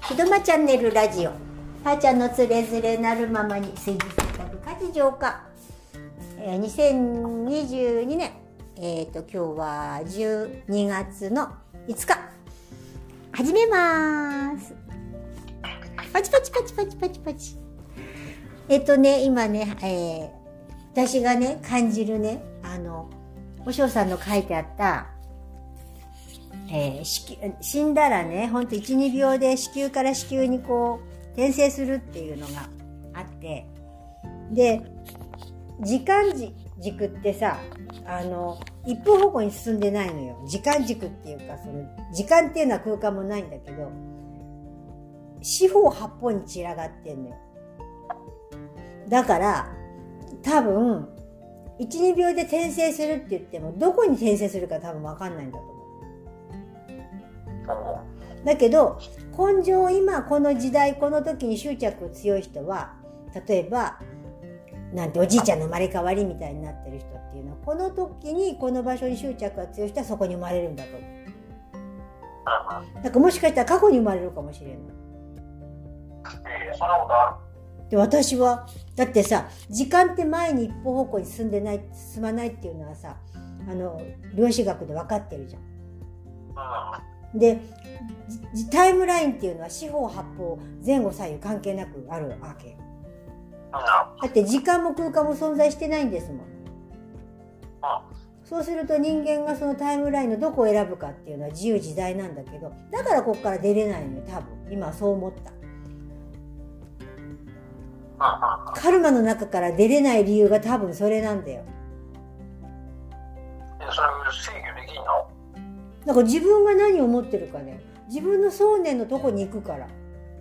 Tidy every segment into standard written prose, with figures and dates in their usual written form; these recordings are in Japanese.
ひどまチャンネルラジオ、はーちゃんのつれづれなるままに推理選択家事浄化、2022年、今日は12月の5日始めます。パチパチパチパチパチパチ。今ね、私がね感じるね、おしょうさんの書いてあった死んだらね、ほんと 1,2 秒で子宮から子宮にこう転生するっていうのがあって、で時間軸ってさ、一方方向に進んでないのよ。時間軸っていうか、その時間っていうのは空間もないんだけど、四方八方に散らがってんのよ。だから多分 1,2 秒で転生するって言っても、どこに転生するか多分分かんないんだと思う。だけど根性、今この時代この時に執着強い人は、例えばなんておじいちゃんの生まれ変わりみたいになってる人っていうのは、この時にこの場所に執着が強い人はそこに生まれるんだと思う。だからもしかしたら過去に生まれるかもしれない。 そんなことある？ で、私はだってさ、時間って前に一方方向に進まないっていうのはさ、量子学で分かってるじゃん。でタイムラインっていうのは四方八方前後左右関係なくあるわけ。だって時間も空間も存在してないんですもん。そうすると人間がそのタイムラインのどこを選ぶかっていうのは自由自在なんだけど、だからここから出れないのよ、多分。今はそう思った。カルマの中から出れない理由が多分それなんだよ。 それ制御できんの？ だから自分が何を思ってるかね、自分の想念のとこに行くから。 や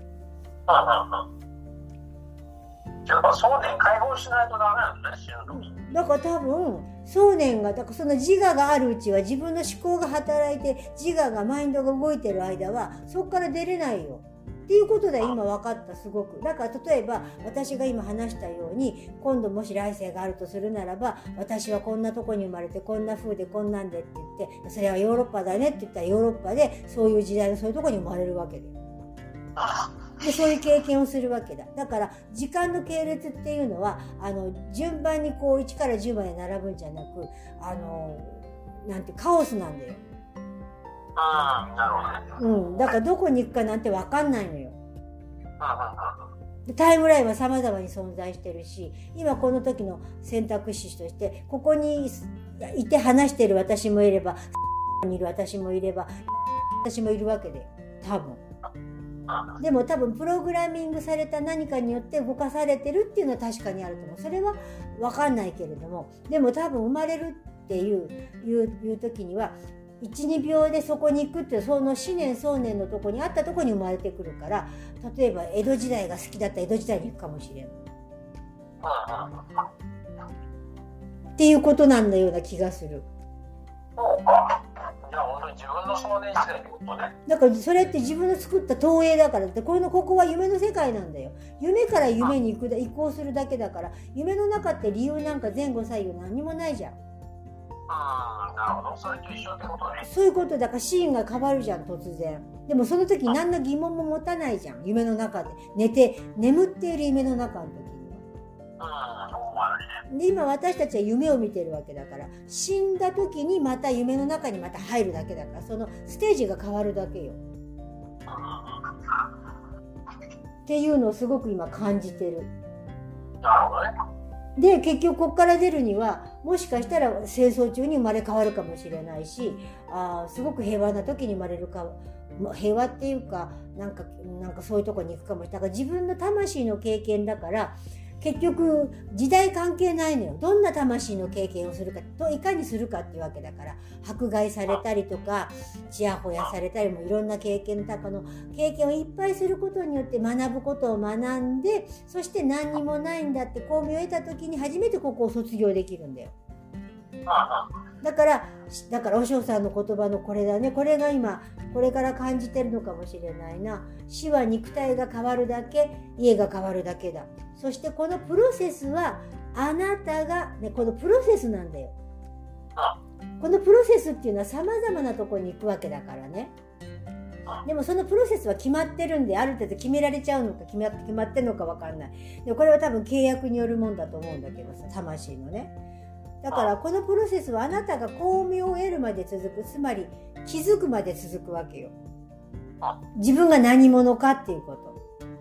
っぱ想念解放しないとダメなんだね、死ぬ時。 だから多分想念が、だからその自我があるうちは、自分の思考が働いて自我がマインドが動いてる間はそこから出れないよっていうことで今分かった。すごく。だから例えば私が今話したように、今度もし来世があるとするならば、私はこんなとこに生まれてこんな風でこんなんでって言って、それはヨーロッパだねって言ったら、ヨーロッパでそういう時代のそういうとこに生まれるわけで、でそういう経験をするわけだ。だから時間の系列っていうのは順番にこう1から10まで並ぶんじゃなく、なんてカオスなんだよ。 なるほどね。 だからどこに行くかなんて分かんないのよ。タイムラインは様々に存在してるし、今この時の選択肢として、ここにいて話してる私もいれば、にいる私もいれば、私もいるわけで、多分。でも多分プログラミングされた何かによって動かされてるっていうのは確かにあると思う。それは分かんないけれども、でも多分生まれるっていう時には 1,2 秒でそこに行くっていう、その思念想念のとこにあったとこに生まれてくるから、例えば江戸時代が好きだったら江戸時代に行くかもしれんっていうことなんだような気がする。 そうか。じゃあ本当に自分の想念してるってことね。 だからそれって自分の作った投影だから。って、ここは夢の世界なんだよ。夢から夢に移行するだけだから、夢の中って理由なんか前後左右何にもないじゃん。 なるほど。それと一緒ってことね。 そういうことだから、シーンが変わるじゃん、突然。でもその時何の疑問も持たないじゃん、夢の中で。眠っている夢の中の時には。で今私たちは夢を見てるわけだから、死んだ時にまた夢の中にまた入るだけだから、そのステージが変わるだけよっていうのをすごく今感じてる。 なるほどね。 で結局ここから出るには、もしかしたら戦争中に生まれ変わるかもしれないし、すごく平和な時に生まれるか、平和っていうかなんかそういうとこに行くかもしれない。だから自分の魂の経験だから、結局時代関係ないのよ。どんな魂の経験をするかと、いかにするかっていうわけだから、迫害されたりとかちやほやされたりも、いろんな経験の経験をいっぱいすることによって学ぶことを学んで、そして何にもないんだって光明を得た時に初めてここを卒業できるんだよ。だからおしょうさんの言葉のこれだね。これが今これから感じてるのかもしれないな。死は肉体が変わるだけ、家が変わるだけだ。そしてこのプロセスはあなたが、ね、このプロセスなんだよ。このプロセスっていうのは様々なところに行くわけだからね。 でもそのプロセスは決まってるんで、ある程度決められちゃうのか決まってるのか分かんない。でこれは多分契約によるもんだと思うんだけどさ、魂のね。だからこのプロセスはあなたが光明を得るまで続く、つまり気づくまで続くわけよ。自分が何者かっていうこと。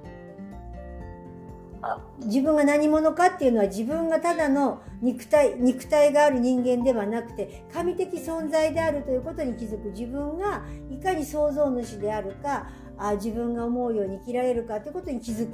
自分が何者かっていうのは、自分がただの肉体がある人間ではなくて、神的存在であるということに気づく。自分がいかに創造主であるか、自分が思うように生きられるかということに気づく。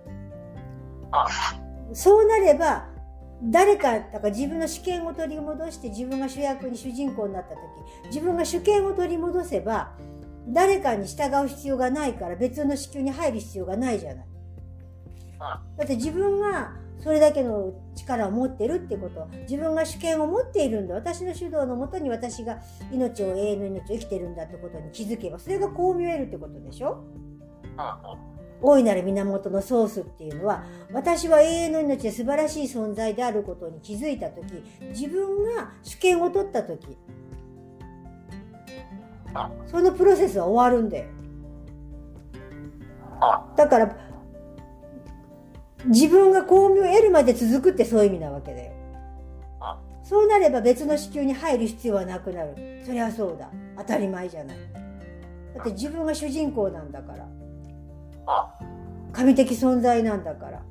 そうなれば、だから自分の主権を取り戻して、自分が主役に主人公になった時、自分が主権を取り戻せば、誰かに従う必要がないから、別の子宮に入る必要がないじゃない。だって自分がそれだけの力を持ってるってこと、自分が主権を持っているんだ、私の主導のもとに私が永遠の命を生きてるんだってことに気づけば、それが光明を得るってことでしょ。大いなる源のソースっていうのは、私は永遠の命で素晴らしい存在であることに気づいたとき、自分が主権を取ったとき、そのプロセスは終わるんだよ。だから自分が光明を得るまで続くってそういう意味なわけだよ。そうなれば別の子宮に入る必要はなくなる。そりゃそうだ。当たり前じゃない。だって自分が主人公なんだから。神的存在なんだから。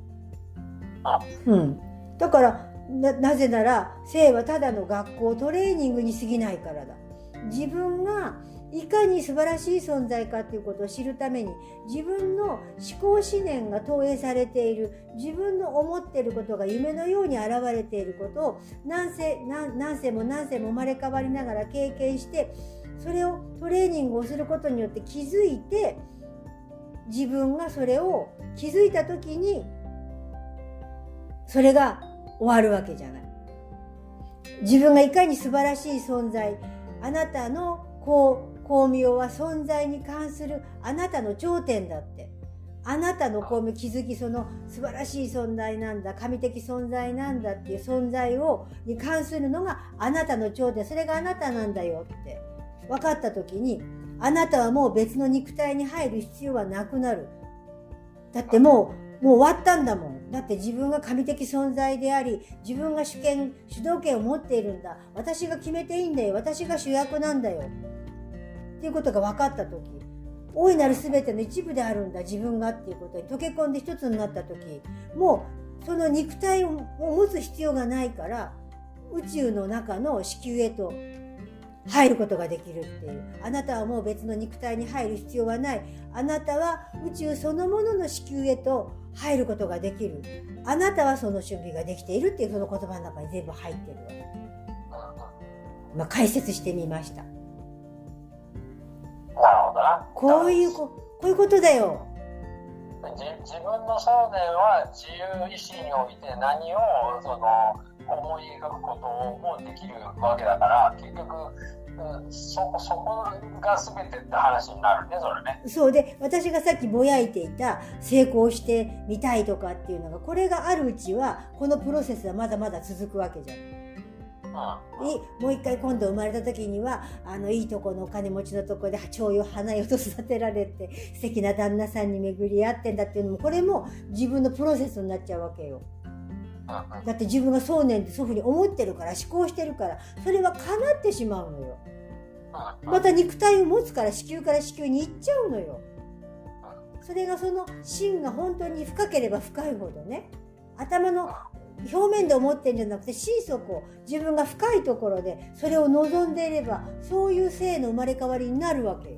だから、なぜなら、生はただの学校、トレーニングに過ぎないからだ。自分がいかに素晴らしい存在かということを知るために、自分の思考思念が投影されている、自分の思っていることが夢のように現れていることを何世も生まれ変わりながら経験して、それをトレーニングをすることによって気づいて、自分がそれを気づいた時にそれが終わるわけじゃない。自分がいかに素晴らしい存在、あなたの光明は存在に関するあなたの頂点だって。あなたの光明気づき、その素晴らしい存在なんだ、神的存在なんだっていう存在に関するのがあなたの頂点、それがあなたなんだよって分かった時に、あなたはもう別の肉体に入る必要はなくなる。だってもう終わったんだもん。だって自分が神的存在であり、自分が主導権を持っているんだ。私が決めていいんだよ。私が主役なんだよ。っていうことが分かったとき、大いなる全ての一部であるんだ、自分がっていうことに溶け込んで一つになったとき、もうその肉体を持つ必要がないから、宇宙の中の子宮へと入ることができるっていう。あなたはもう別の肉体に入る必要はない。あなたは宇宙そのものの子宮へと入ることができる。あなたはその準備ができているっていう、その言葉の中に全部入ってるわけ。解説してみました。 なるほどな。 こういうことだよ。 自分の想念は自由意志において何を思い描くこともできるわけだから、結局、そこが全てって話になるね、それね。 そうで、私がさっきぼやいていた成功してみたいとかっていうのが、これがあるうちはこのプロセスはまだまだ続くわけじゃん。もう一回今度生まれた時には、いいとこのお金持ちのとこで蝶よ花よと育てられて素敵な旦那さんに巡り合ってんだっていうのも、これも自分のプロセスになっちゃうわけよ。だって自分がそうねんってそういうふうに思ってるから、思考してるから、それは叶ってしまうのよ。また肉体を持つから子宮から子宮に行っちゃうのよ。それがその芯が本当に深ければ深いほどね、頭の表面で思ってるんじゃなくて、心底自分が深いところでそれを望んでいれば、そういう性の生まれ変わりになるわけよ。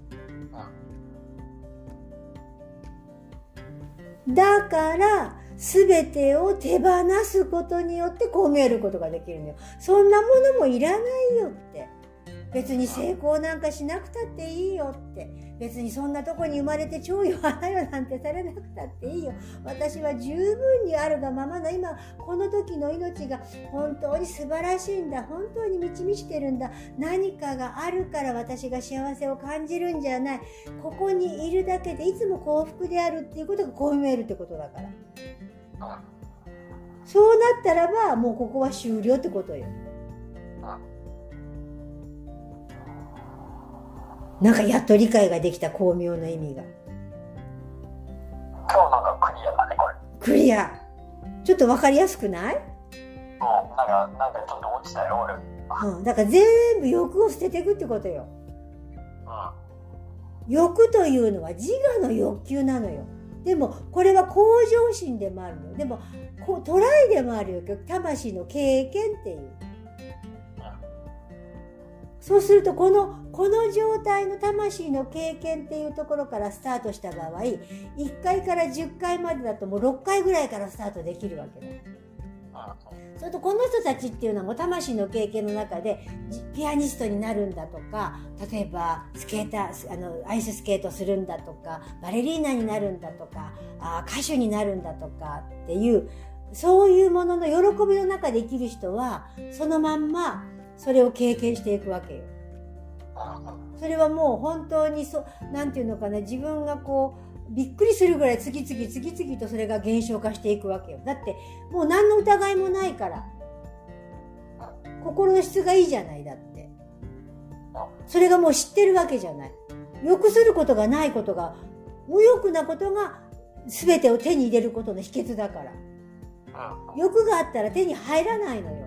だから全てを手放すことによってこう見えることができるのよ。そんなものもいらないよって。別に成功なんかしなくたっていいよって。別にそんなとこに生まれて蝶よ花よなんてされなくたっていいよ。私は十分にあるがままの今この時の命が本当に素晴らしいんだ。本当に満ち満ちてるんだ。何かがあるから私が幸せを感じるんじゃない。ここにいるだけでいつも幸福であるっていうことがこう見えるってことだから。そうなったらばもうここは終了ってことよ。 なんかやっと理解ができた、光明の意味が。 今日なんかクリアだね、これ。 クリア。ちょっとわかりやすくない？ なんかちょっと落ちたよ、俺。 だから全部欲を捨てていくってことよ。欲というのは自我の欲求なのよ。でもこれは向上心でもあるの。でもトライでもあるよ。魂の経験っていう。そうするとこの状態の魂の経験っていうところからスタートした場合、1回から10回までだともう6回ぐらいからスタートできるわけだ。それとこの人たちっていうのはもう魂の経験の中でピアニストになるんだとか、例えばスケーターアイススケートするんだとか、バレリーナになるんだとか、歌手になるんだとかっていう、そういうものの喜びの中で生きる人はそのまんまそれを経験していくわけよ。それはもう本当になんていうのかな、自分がこうびっくりするぐらい次々とそれが現象化していくわけよ。だってもう何の疑いもないから、心の質がいいじゃない。だってそれがもう知ってるわけじゃない。欲することがないことが、無欲なことが全てを手に入れることの秘訣だから。欲があったら手に入らないのよ。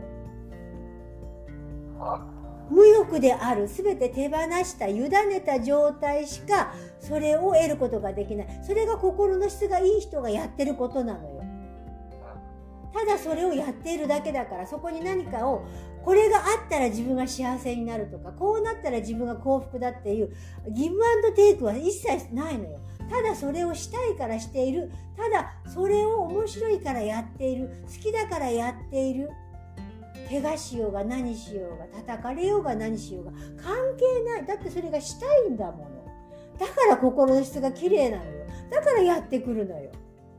無欲である、全て手放した委ねた状態しかそれを得ることができない。それが心の質がいい人がやってることなのよ。ただそれをやっているだけだから、そこに何かを、これがあったら自分が幸せになるとか、こうなったら自分が幸福だっていうギブアンドテイクは一切ないのよ。ただそれをしたいからしている、ただそれを面白いからやっている、好きだからやっている。怪我しようが何しようが、叩かれようが何しようが関係ない。だってそれがしたいんだもの。だから心の質が綺麗なのよ。だからやってくるのよ。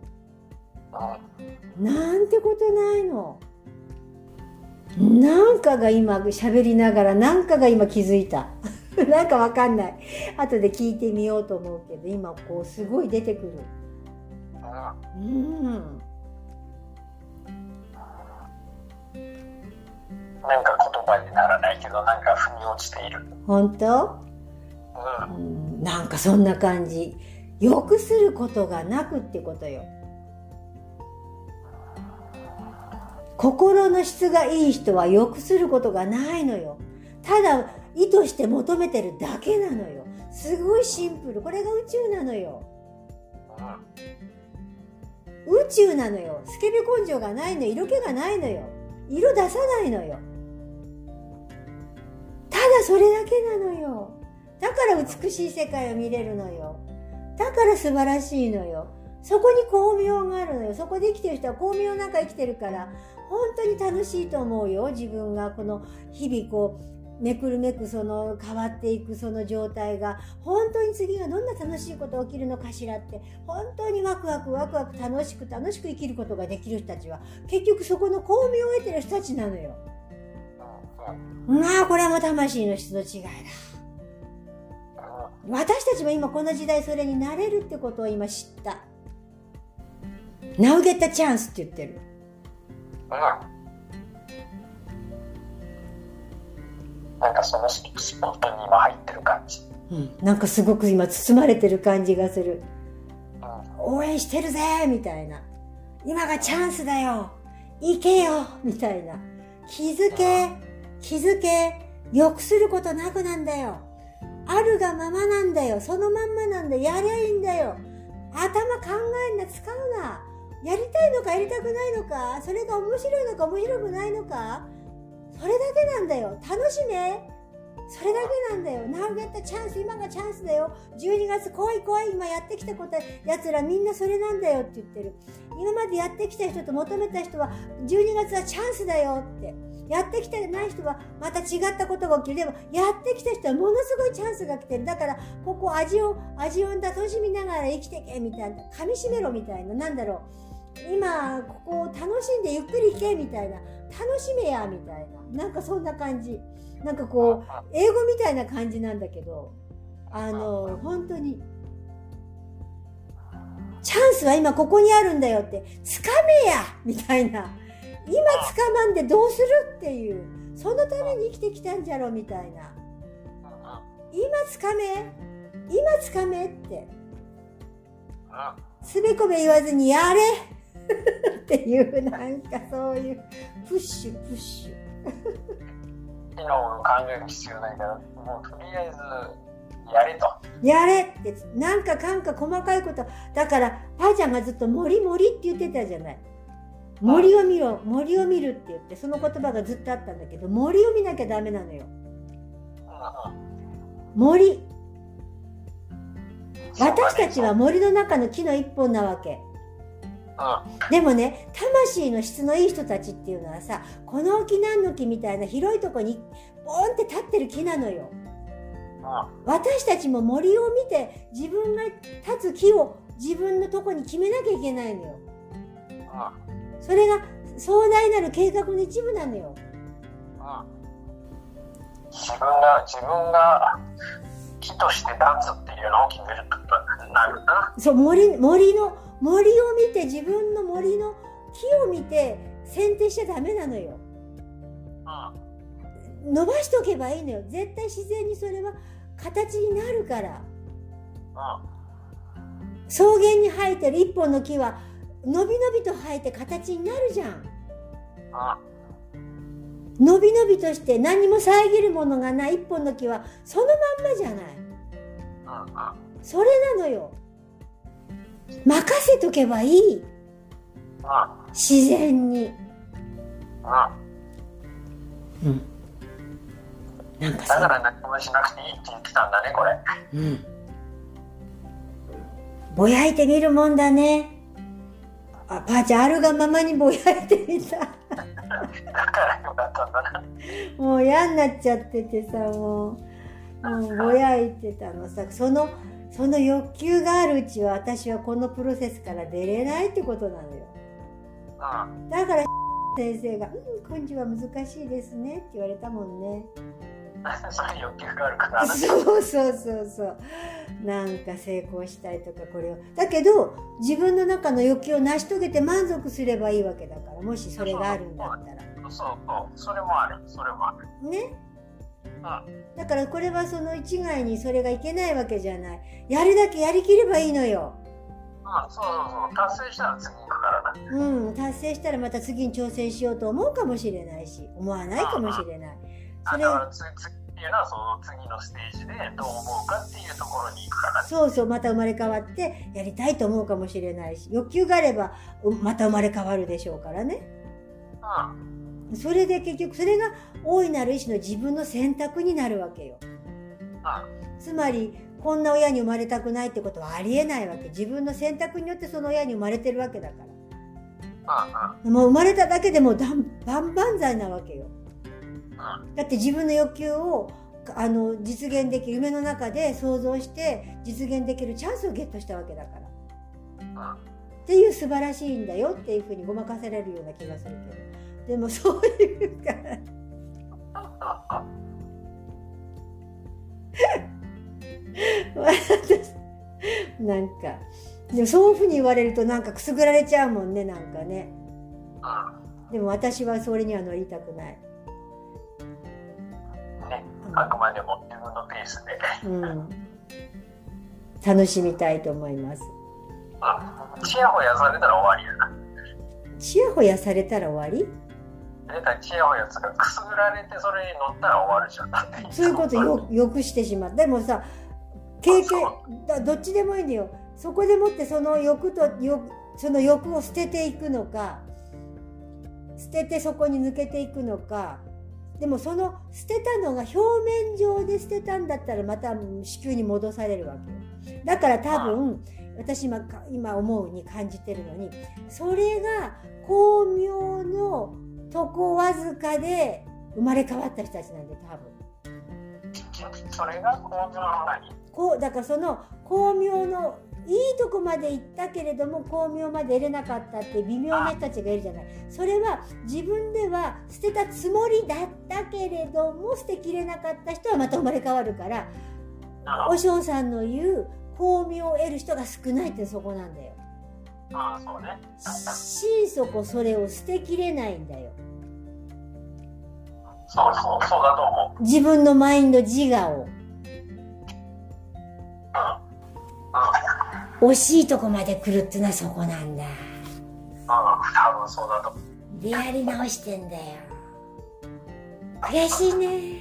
なんてことないの。なんかが今喋りながら、なんかが今気づいた。なんかわかんない。後で聞いてみようと思うけど、今こうすごい出てくる。 なんか言葉にならないけど、なんか腑に落ちている。 本当？なんかそんな感じ。欲することがなくってことよ。心の質がいい人は欲することがないのよ。ただ意図して求めてるだけなのよ。すごいシンプル。これが宇宙なのよ。宇宙なのよ。スケベ根性がないのよ。色気がないのよ。色出さないのよ。ただそれだけなのよ。だから美しい世界を見れるのよ。だから素晴らしいのよ。そこに光明があるのよ。そこで生きてる人は光明なんか生きてるから、本当に楽しいと思うよ。自分がこの日々こうめくるめくその変わっていくその状態が、本当に次がどんな楽しいこと起きるのかしらって、本当にワクワク楽しく生きることができる人たちは結局そこの光明を得てる人たちなのよ。まあこれはもう魂の質の違いだ。私たちも今この時代それになれるってことを今知った。Now get the chance って言ってる。 なんかそのスポットに今入ってる感じ。 なんかすごく今包まれてる感じがする。応援してるぜみたいな。今がチャンスだよ。行けよみたいな。気づけ。欲することなくなんだよ。あるがままなんだよ。そのまんまなんだよ。やりゃいいんだよ。頭考えんな、使うな。やりたいのかやりたくないのか、それが面白いのか面白くないのか、それだけなんだよ。楽しめ。それだけなんだよ。Now get the chance。今がチャンスだよ。12月怖い。今やってきたことやつらみんなそれなんだよって言ってる。今までやってきた人と求めた人は12月はチャンスだよって。やってきてない人はまた違ったことが起きる。でもやってきた人はものすごいチャンスが来てる。だからここ味を楽しみながら生きてけみたいな、噛み締めろみたいな、なんだろう、今ここを楽しんでゆっくり行けみたいな、楽しめやみたいな、なんかそんな感じ。なんかこう英語みたいな感じなんだけど、本当にチャンスは今ここにあるんだよって、つかめやみたいな。今つかまんでどうするっていう、そのために生きてきたんじゃろみたいな。 つかめって、つべこべ言わずにやれっていう、なんかそういうプッシュ昨日考える必要ないから、もうとりあえずやれと。 やれって、なんか細かいこと。だからパーちゃんがずっと森って言ってたじゃない。森を見るって言って、その言葉がずっとあったんだけど、森を見なきゃダメなのよ。森。私たちは森の中の木の一本なわけ。でもね、魂の質のいい人たちっていうのはさ、この木何の木みたいな広いとこにボンって立ってる木なのよ。私たちも森を見て、自分が立つ木を自分のとこに決めなきゃいけないのよ。それが壮大なる計画の一部なのよ。 自分が木として立つっていうのを決めるとなるな。 そう、森を見て、自分の森の木を見て選定しちゃダメなのよ。伸ばしとけばいいのよ。絶対自然にそれは形になるから。草原に生えてる一本の木はのびのびと生えて形になるじゃん。のびのびとして何も遮るものがない一本の木はそのまんまじゃない。それなのよ。任せとけばいい。自然に。 なんかだから何もしなくていいって言ってたんだね、これ。 ぼやいてみるもんだね。パーちゃん、あるがままにぼやいてみた。 だからよかったんだな。 もう嫌になっちゃっててさ、もうぼやいてたのさ。その欲求があるうちは、私はこのプロセスから出れないってことなのよ。だから先生が根治は難しいですねって言われたもんね。 そういう欲求があるからな。 そうなんか成功したいとか、これをだけど自分の中の欲求を成し遂げて満足すればいいわけだから、もしそれがあるんだったら。 それもあるね。だからこれはその一概にそれがいけないわけじゃない。やるだけやりきればいいのよ。 そう達成したら次行くからな。 達成したらまた次に挑戦しようと思うかもしれないし、思わないかもしれない。 それは次っていうのはその次のステージでどう思うかっていうところに行くから、 そうまた生まれ変わってやりたいと思うかもしれないし、欲求があればまた生まれ変わるでしょうからね。それで結局それが大いなる意志の自分の選択になるわけよ。つまりこんな親に生まれたくないってことはありえないわけ。自分の選択によってその親に生まれてるわけだから。もう生まれただけでもう万々歳なわけよ。だって自分の欲求を実現できる、夢の中で想像して実現できるチャンスをゲットしたわけだから、っていう素晴らしいんだよっていうふうにごまかされるような気がするけど、でもそういうかなんかでもそういうふうに言われるとなんかくすぐられちゃうもんね、なんかね。でも私はそれには乗りたくない。 あくまでも自分のペースで、楽しみたいと思います。 チヤホヤされたら終わりやな。 チヤホヤされたら終わり？ チヤホヤつかくすぐられてそれに乗ったら終わるじゃん。 そういうことよくしてしまう。でもさ、経験どっちでもいいんだよ。そこでもってその欲を捨てていくのか、捨ててそこに抜けていくのか。でもその捨てたのが表面上で捨てたんだったらまた子宮に戻されるわけよ。だから多分私今思うに感じてるのに、それが巧妙のとこわずかで生まれ変わった人たちなんで、多分それが巧妙の何？ だからその巧妙のいいとこまで行ったけれども巧妙まで得れなかったって微妙な人たちがいるじゃない。それは自分では捨てたつもりだったけれども捨てきれなかった人はまた生まれ変わるから、お嬢さんの言う巧妙を得る人が少ないってそこなんだよ。 そうね。 心底それを捨てきれないんだよ。 そうだと思う。 自分のマインド自我を。 惜しいとこまで来るってのはそこなんだ。 多分そうだと思う。 でやり直してんだよ。悔しいね。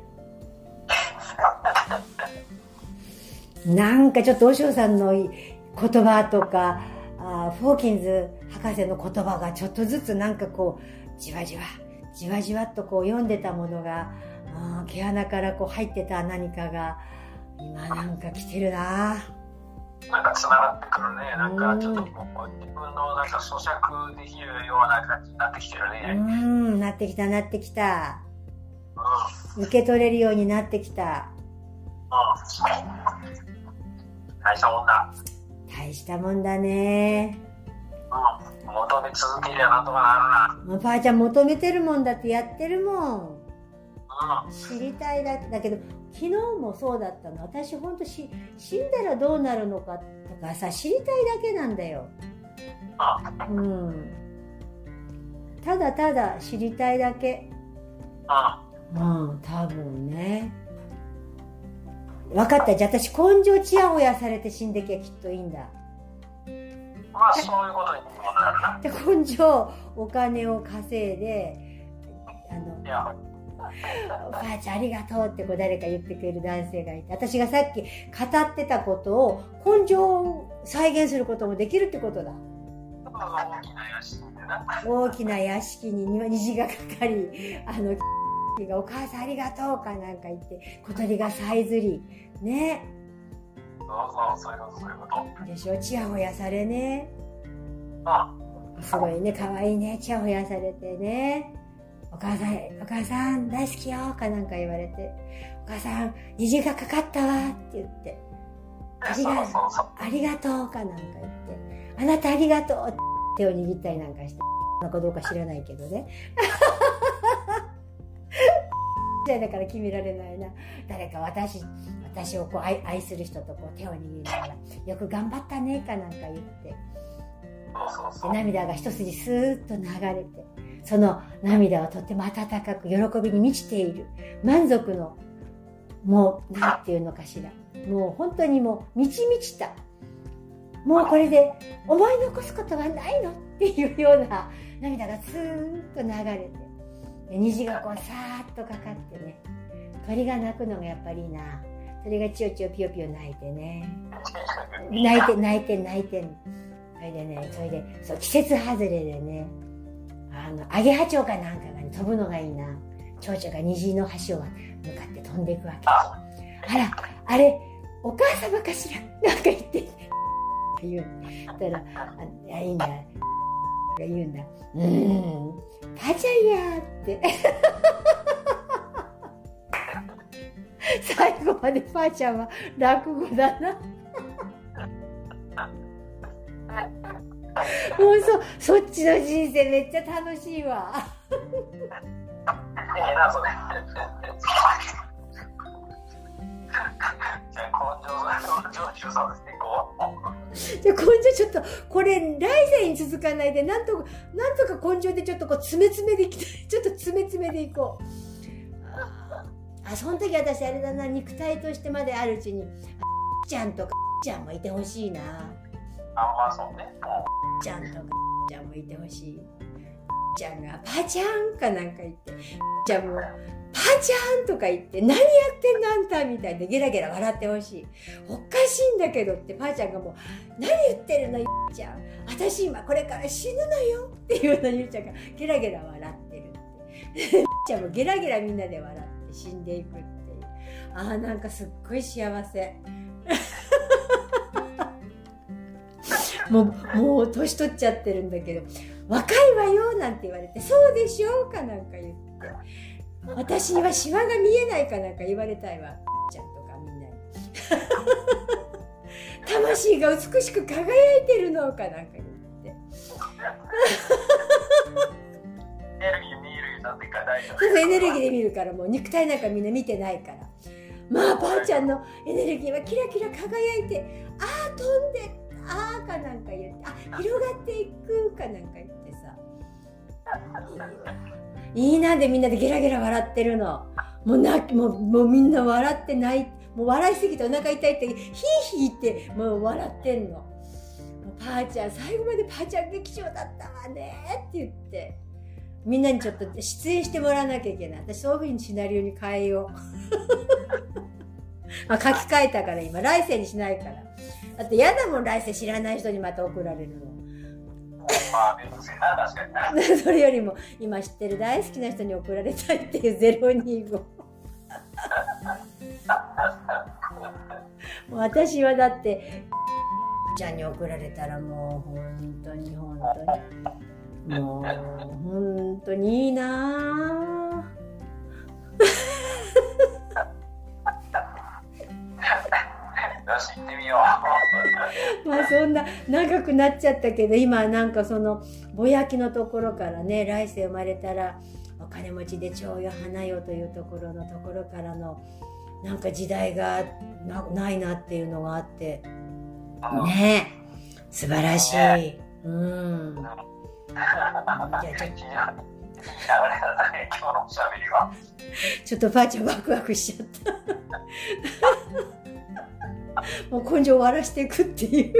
なんかちょっと和尚さんの言葉とかフォーキンズ博士の言葉がちょっとずつなんかこうじわじわっとこう読んでたものが毛穴からこう入ってた何かが今なんか来てるな。 なんか繋がってくるね。なんかちょっとこう自分のなんか咀嚼できるような感じになってきてるね。 なってきた。受け取れるようになってきた。 大したもんだ。 大したもんだね。 求め続けりゃなんとかなるな。 ばあちゃん求めてるもんだってやってるもん。知りたいだけど昨日もそうだったの。私ほんと死んだらどうなるのかとかさ知りたいだけなんだよ。ただただ知りたいだけ。多分ね。分かった。じゃあ私根性チヤホヤされて死んできゃきっといいんだ。 まあそういうことになるな。 で根性お金を稼いでおばあちゃんありがとうってこう誰か言ってくれる男性がいて、私がさっき語ってたことを根性を再現することもできるってことだ。大きな屋敷に虹がかかりお母さんありがとうかなんか言って小鳥がさえずりね。 そういうことでしょ。チヤホヤされね。すごいね。可愛いね。チヤホヤされてね。お母さん大好きよかなんか言われて、お母さん虹がかかったわって言って、ありがとうかなんか言って、あなたありがとうって手を握ったりなんかして、のかどうか知らないけどね。だから決められないな。誰か私をこう愛する人とこう手を握りながら、よく頑張ったねかなんか言って、涙が一筋スーッと流れて、その涙はとっても温かく喜びに満ちている満足のもうなんていうのかしら、もう本当にもう満ち満ちた、もうこれで思い残すことはないのっていうような涙がスーッと流れて、虹がこうさーっとかかってね、鳥が鳴くのがやっぱりいいな。鳥がチヨチヨピヨピヨ鳴いてね、鳴いてそれでそう季節外れでね、アゲハチョウかなんかが、ね、飛ぶのがいいな。蝶々が虹の端を向かって飛んでいくわけ。あらあれお母様かしらなんか言って言うたらいいんだが言うんだ。母ちゃんやって最後まで母ちゃんは落語だな。もうそっちの人生めっちゃ楽しいわ。 それ。じゃあ根性さんしていこう。 じゃあ根性ちょっとこれ来世に続かないでなんとか根性でちょっとこう詰めでいきたい。ちょっと詰めでいこう。その時私あれだな、肉体としてまであるうちにちゃんとかちゃんもいてほしいな。 まあそうね。 ちゃんとかちゃんもいてほしい。ちゃんがパーちゃんかなんか言って、ちゃんもパーちゃんとか言って何やってんのあんたみたいでゲラゲラ笑ってほしい。おかしいんだけどってパーちゃんがもう何言ってるのちゃん、私今これから死ぬのよっていうのにゆうちゃんがゲラゲラ笑ってるってちゃんもゲラゲラみんなで笑って死んでいくっていう。なんかすっごい幸せ。もう年取っちゃってるんだけど若いわよなんて言われて、そうでしょうかなんか言って、私にはシワが見えないかなんか言われたいわちゃんとかみんなに。魂が美しく輝いてるのかなんか言って。 エネルギー見るなんてか大丈夫。 そうエネルギーで見るから、もう肉体なんかみんな見てないから。まあばあちゃんのエネルギーはキラキラ輝いて、飛んでかなんか言って、広がっていくかなんか言ってさ、いいなでみんなでゲラゲラ笑ってるの。もうみんな笑ってない、 もう笑いすぎてお腹痛いってヒーヒーってもう笑ってんの。もうパーちゃん最後までパーちゃん劇場だったわねって言って、みんなにちょっと出演してもらわなきゃいけない。私そういう風にシナリオに変えようまあ書き換えたから今来世にしないから。だって嫌だもん、来世知らない人にまた送られるの。 まあめんどくせえな、確かにな。 それよりも今知ってる大好きな人に送られたいっていう025もう私はだってちゃんに送られたらもう本当にもう本当にいいなよし、行ってみよう。 まあそんな長くなっちゃったけど、今なんかそのぼやきのところからね、来世生まれたらお金持ちで長よ花よというところからのなんか時代がないなっていうのがあってね、素晴らしい。うん。じゃあちょっといい流れだね、今日のおしゃべりは。 ちょっとばあちゃんワクワクしちゃったもう根性を割らしていくっていう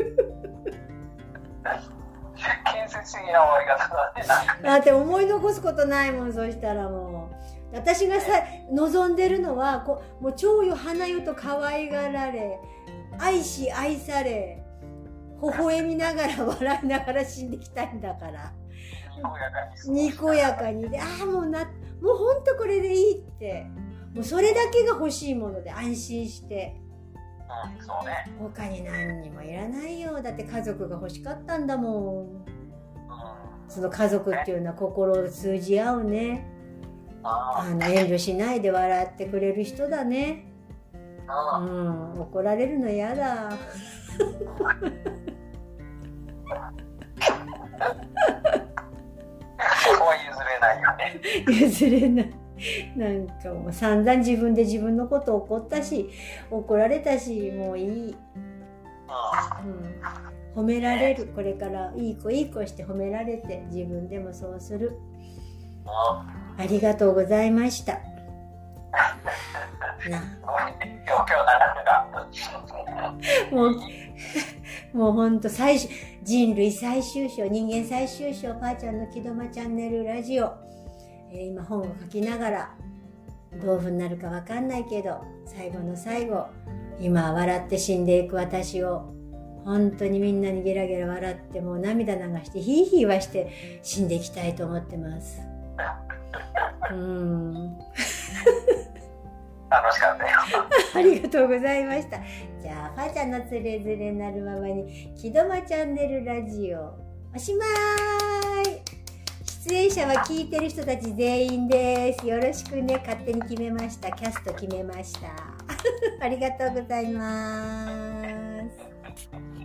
建設的な終わり方だね。 だって思い残すことないもん。そしたらもう私が望んでるのはもう蝶よ花よと可愛がられ、愛し愛され、微笑みながら笑いながら死んでいきたいんだから、にこやかにで、もうほんとこれでいいって、もうそれだけが欲しいもので安心して、 そうね、 他に何にもいらないよ。だって家族が欲しかったんだもん。その家族っていうのは心を通じ合うね、遠慮しないで笑ってくれる人だね。怒られるの嫌だ譲れないよね。 譲れない。なんかもう散々自分で自分のこと怒ったし怒られたし、もういい。褒められる。これからいい子して褒められて、自分でもそうする。ありがとうございました。もうほんと人類最終章、人間最終章、ぱーちゃんのきどまチャンネルラジオ、今本を書きながらどういう風になるかわかんないけど、最後の最後、今笑って死んでいく私を本当にみんなにゲラゲラ笑って、もう涙流してヒーヒーはして死んでいきたいと思ってます。 楽しかったよありがとうございました。じゃあぱーちゃんのつれづれなるままにきどまチャンネルラジオおしまーい。出演者は聞いてる人たち全員です。よろしくね。勝手に決めました。キャスト決めましたありがとうございます。